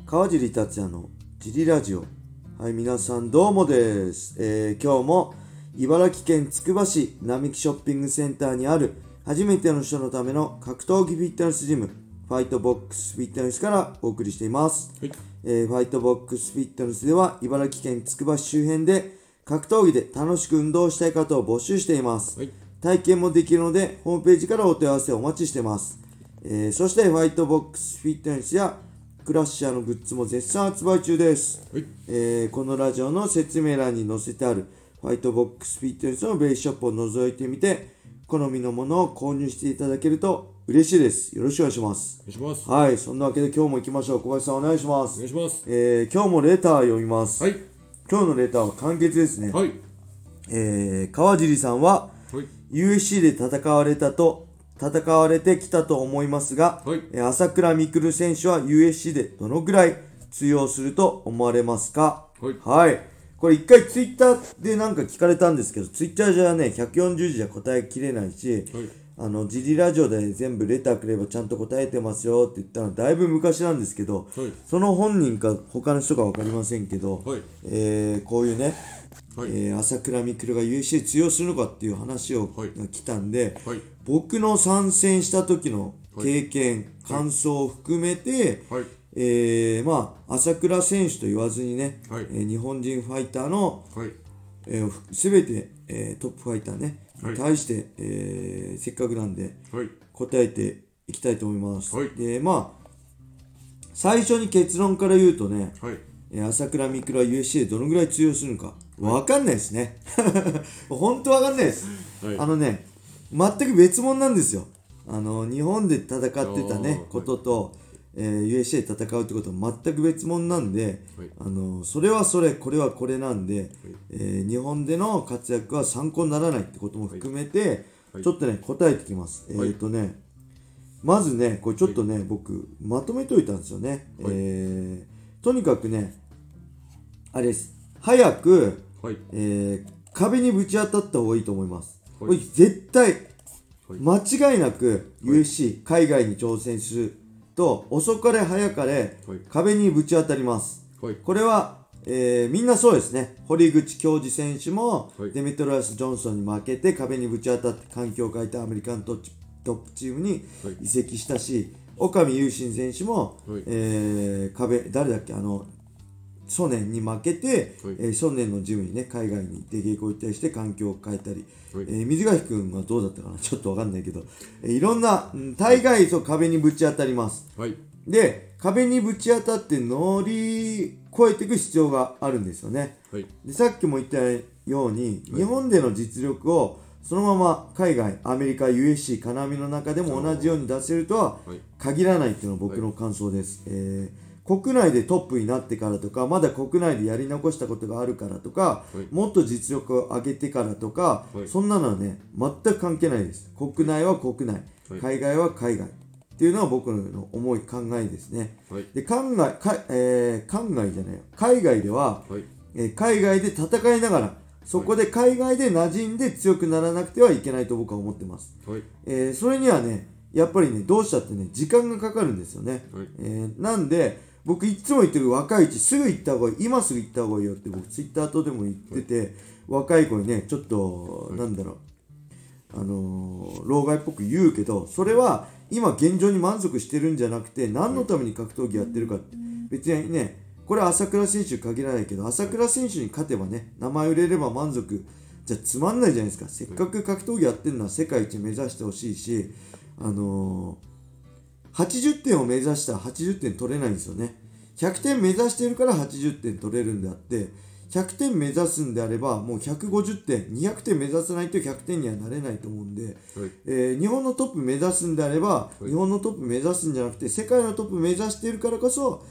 川尻達也のジリラジオ。はい、皆さんどうもです。今日も茨城県つくば市並木ショッピングセンターにある初めての人のための格闘技フィットネスジム、ファイトボックスフィットネスからお送りしています。 はい。 ファイトボックスフィットネスでは茨城県つくば市周辺で格闘技で楽しく運動したい方を募集しています。 はい。 体験もできるのでホームページからお問い合わせをお待ちしています。そしてファイトボックスフィットネスやクラッシャーのグッズも絶賛発売中です。 はい。 このラジオの説明欄に載せてあるファイトボックスフィットネスのベースショップを覗いてみて好みのものを購入していただけると嬉しいです。よろしくお願いします。 お願いします。 はい、そんなわけで今日も行きましょう。小林さんお願いします。 お願いします。 今日もレター読みます。 はい。 今日のレターは簡潔ですね。 はい。 川尻さんははい。 USC で戦われてきたと思いますが、 はい。 朝倉未来選手は USC でどのぐらい通用すると思われますか？ はい。 これ一回ツイッターでなんか聞かれたんですけど、ツイッターじゃね、140字じゃ答えきれないし、ジリラジオで全部レターくればちゃんと答えてますよって言ったのはだいぶ昔なんですけど、 はい。 その本人か他の人か分かりませんけど、 はい。 こういうね、 はい。 朝倉未来が USC で通用するのかっていう話を、 はい。 が来たんで、 はい。 僕の参戦した時の経験、感想を含めて、 はい。 朝倉選手と言わずにね、 はい。 日本人ファイターの、 はい。 すべて、トップファイターね、 はいに対して、せっかくなんではい。 答えていきたいと思います。 はい。 で、最初に結論から言うとね、 はい。 朝倉未来は USC でどのぐらい通用するのか分かんないですね。本当分かんないです。 はい。 全く別物なんですよ。日本で戦ってたね、 あーことと、USC で戦うってことは全く別物なんで、 はい。 それはそれ、これはこれなんで、 はい。 日本での活躍は参考にならないってことも含めて、 はい。 ちょっとね、答えてきます。 はいまずね、これちょっとね、僕、まとめといたんですよね。 はいとにかくね、あれです。早く、 はい。 壁にぶち当たった方がいいと思います。 はいこれ絶対、 はい。 間違いなく USC、海外に挑戦すると、遅かれ早かれ、 はい。 壁にぶち当たります。 はい。 これは、みんなそうですね。堀口恭司選手も、 はいデメトライス・ジョンソンに負けて壁にぶち当たって環境を変えたアメリカントップチームにはい移籍したし、岡見雄心選手も、 はい。 誰だっけ、ソネンに負けて、 はい。 ソネンのジムにね、海外に出稽古行ったりして環境を変えたり、 はい。 水垣君はどうだったかなちょっとわかんないけど、いろんな、大概そう壁にぶち当たります。 はい。 で、壁にぶち当たって乗り越えていく必要があるんですよね。 はい。 で、さっきも言ったように、 はい日本での実力をそのまま海外、アメリカ、USC、金網の中でも同じように出せるとははい。 限らないっていうのが僕の感想です。国内でトップになってからとか、まだ国内でやり残したことがあるからとか、 はい。 もっと実力を上げてからとか、 はいそんなのはね、全く関係ないです。国内は国内、 はい。 海外は海外っていうのは僕の思い、考えですね。 はい。 で、海外では、 はい。 海外で戦いながら、そこで海外で馴染んで強くならなくてはいけないと僕は思ってます。 はい。 それにはね、やっぱりね、どうしたってね、時間がかかるんですよね。 はい。 なんで、僕いつも言ってる若いうちすぐ行った方がいい、今すぐ行った方がいいよって僕ツイッターとでも言ってて、若い子にね、ちょっと、老害っぽく言うけど、それは今現状に満足してるんじゃなくて、何のために格闘技やってるかって、別にね、これは朝倉選手に限らないけど、朝倉選手に勝てばね、名前売れれば満足じゃつまんないじゃないですか。せっかく格闘技やってるのは世界一目指してほしいし、80点を目指したら80点取れないんですよね。100点目指してるから80点取れるんであって、100点目指すんであれば、もう150点、200点目指さないと100点にはなれないと思うんで、 はい。 日本のトップ目指すんであれば、 い日本のトップ目指すんじゃなくて、世界のトップ目指しているからこそ、 はい。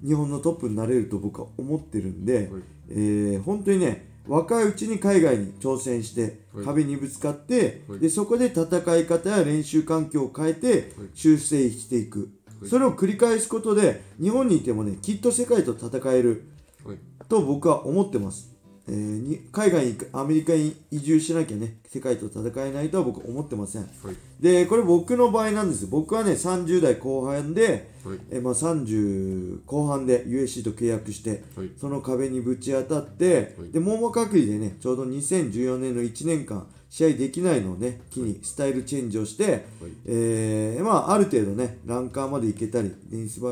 日本のトップになれると僕は思ってるんで、 はい。 本当にね、若いうちに海外に挑戦してはい壁にぶつかって、 はいでそこで戦い方や練習環境を変えてはい修正していく、 はいそれを繰り返すことで日本にいてもねきっと世界と戦えるはい。 と僕は思ってます。 海外にアメリカに移住しなきゃね世界と戦えないとは僕は思ってません、 はい、 でこれ僕の場合なんです。僕はね30代後半で、 はい、 30後半で USC と契約して、 はい、 その壁にぶち当たって、 はい、 で網膜剥離でねちょうど2014年の1年間試合できないのをね機にスタイルチェンジをして、はい、ある程度ねランカーまで行けたり電子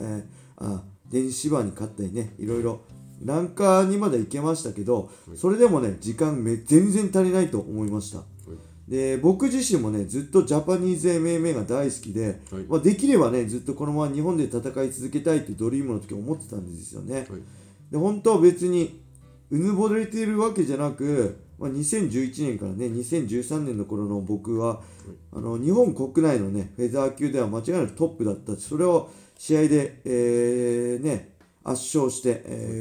バーに勝ったりねいろいろランカーにまで行けましたけど、それでもね時間全然足りないと思いました。で僕自身もねずっとジャパニーズ MMA が大好きで、できればねずっとこのまま日本で戦い続けたいってドリームの時思ってたんですよね、で本当は別にうぬぼれているわけじゃなく、2011年からね2013年の頃の僕は、日本国内のねフェザー級では間違いなくトップだったし、それを試合で、圧勝して、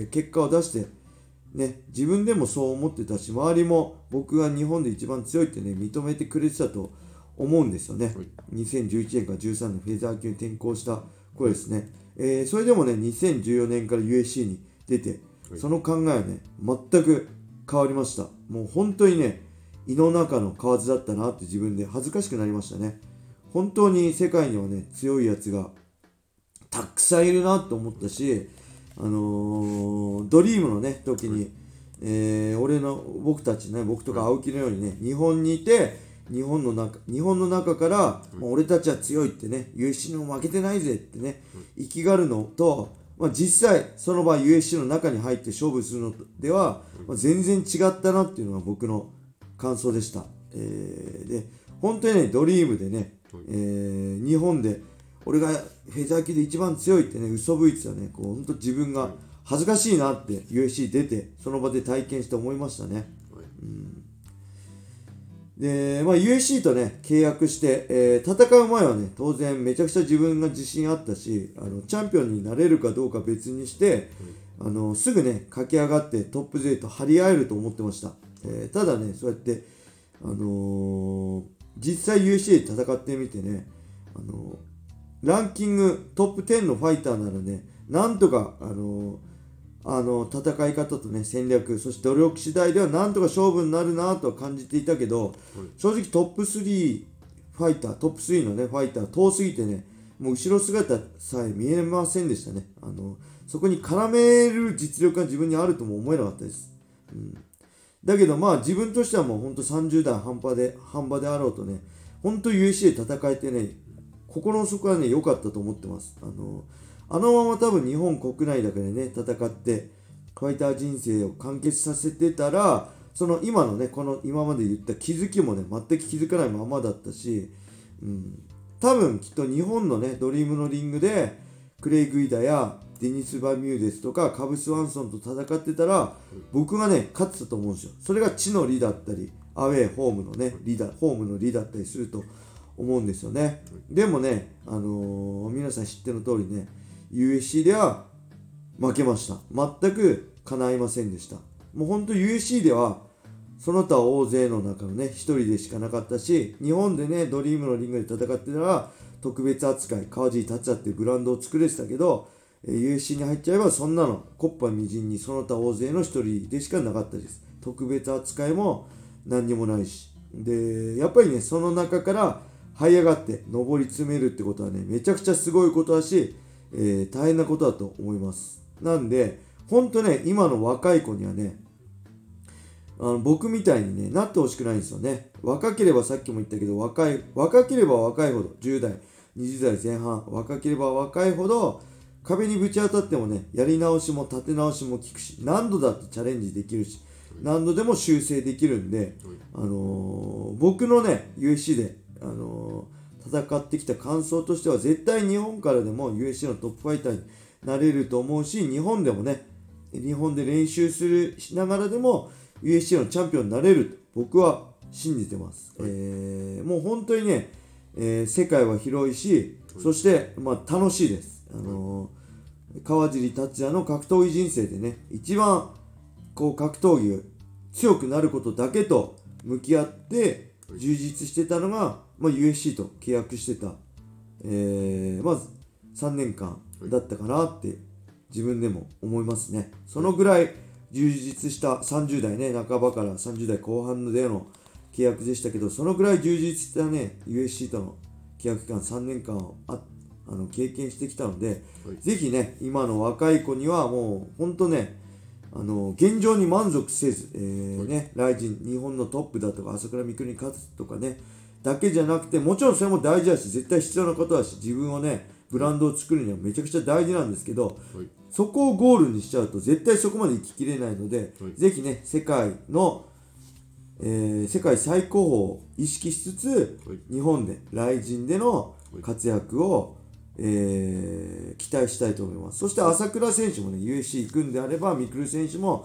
結果を出してね、自分でもそう思ってたし、周りも僕が日本で一番強いってね認めてくれてたと思うんですよね、2011年から13年フェザー級に転向した頃ですね、それでもね2014年から USC に出て、その考えはね全く変わりました。もう本当にね胃の中の蛙だったなって自分で恥ずかしくなりましたね。本当に世界にはね強いやつがたくさんいるなと思ったし、ドリームのね時に、僕たちね、僕とか青木のようにね日本にいて日本の中から、俺たちは強いってね USC にも負けてないぜってね生きがるのと、実際その場合 USC の中に入って勝負するのでは、全然違ったなっていうのが僕の感想でした。で本当にねドリームでね、日本で俺がフェザー級で一番強いってね嘘吹いてたね、こう本当自分が恥ずかしいなって USC 出てその場で体験して思いましたね、で、USC とね契約して、戦う前はね当然めちゃくちゃ自分が自信あったし、チャンピオンになれるかどうか別にして、すぐね駆け上がってトップ勢と張り合えると思ってました、ただねそうやって、実際 USC で戦ってみてね、ランキングトップ10のファイターならねなんとか戦い方とね戦略、そして努力次第ではなんとか勝負になるなとは感じていたけど、正直トップ3ファイタートップ3のねファイター遠すぎてねもう後ろ姿さえ見えませんでしたね。そこに絡める実力が自分にあるとも思えなかったです、だけど自分としてはもうほんと30代半端であろうとねほんと USC で戦えてね心の底はね良かったと思ってます。あのまま多分日本国内だけでね戦ってファイター人生を完結させてたら、その今のねこの今まで言った気づきもね全く気づかないままだったし、多分きっと日本のねドリームのリングでクレイグ・イダやデニス・バミューデスとかカブス・ワンソンと戦ってたら僕がね勝ってたと思うんですよ。それが地の利だったりアウェーホームのねホームの利だったりすると思うんですよね。でもね、皆さん知っての通りね USC では負けました。全く叶いませんでした。もうほんと USC ではその他大勢の中のね一人でしかなかったし、日本でねドリームのリングで戦ってたら特別扱い川尻達也っていうブランドを作れてたけど、USC に入っちゃえばそんなの木っ端みじんにその他大勢の一人でしかなかったです。特別扱いも何にもないし、でやっぱりねその中から這い上がって上り詰めるってことはねめちゃくちゃすごいことだし、大変なことだと思います。なんでほんとね今の若い子にはね僕みたいに、ね、なってほしくないんですよね。若ければさっきも言ったけど若ければ若いほど10代20代前半若ければ若いほど壁にぶち当たってもねやり直しも立て直しも効くし、何度だってチャレンジできるし何度でも修正できるんで、僕のね USC で戦ってきた感想としては絶対日本からでも USC のトップファイターになれると思うし、日本でもね日本で練習しながらでも USC のチャンピオンになれると僕は信じてます、もう本当にね、世界は広いし、そして、楽しいです。川尻達也の格闘技人生でね一番こう格闘技強くなることだけと向き合って充実してたのが、USC と契約してた、まず3年間だったかなって自分でも思いますね。そのぐらい充実した30代ね半ばから30代後半での契約でしたけど、そのくらい充実したね USC との契約期間3年間を経験してきたので、ぜひね今の若い子にはもうほんとね現状に満足せず、ライジン日本のトップだとか朝倉未来に勝つとかねだけじゃなくて、もちろんそれも大事だし絶対必要なことだし、自分をねブランドを作るにはめちゃくちゃ大事なんですけど、そこをゴールにしちゃうと絶対そこまで行ききれないので、ぜひね世界最高峰を意識しつつ、日本でライジンでの活躍を、期待したいと思います。そして朝倉選手もね USC 行くんであれば、未来選手も、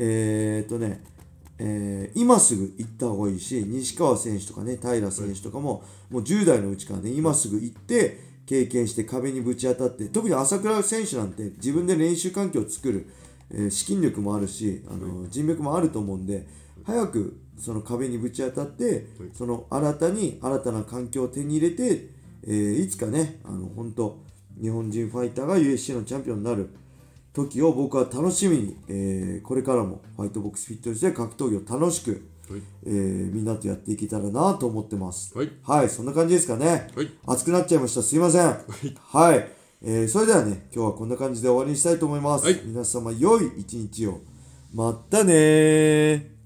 今すぐ行った方がいいし、西川選手とかね平選手とかも、もう10代のうちからね今すぐ行って経験して壁にぶち当たって、特に朝倉選手なんて自分で練習環境を作る、資金力もあるし人脈もあると思うんで、早くその壁にぶち当たって、その新たな環境を手に入れて、いつかね本当日本人ファイターが USC のチャンピオンになる時を僕は楽しみに、これからもファイトボックスフィットネスで格闘技を楽しく、みんなとやっていけたらなと思ってます。はい、そんな感じですかね。熱くなっちゃいました、すいません。はい、それではね今日はこんな感じで終わりにしたいと思います。皆様良い一日を。またねー。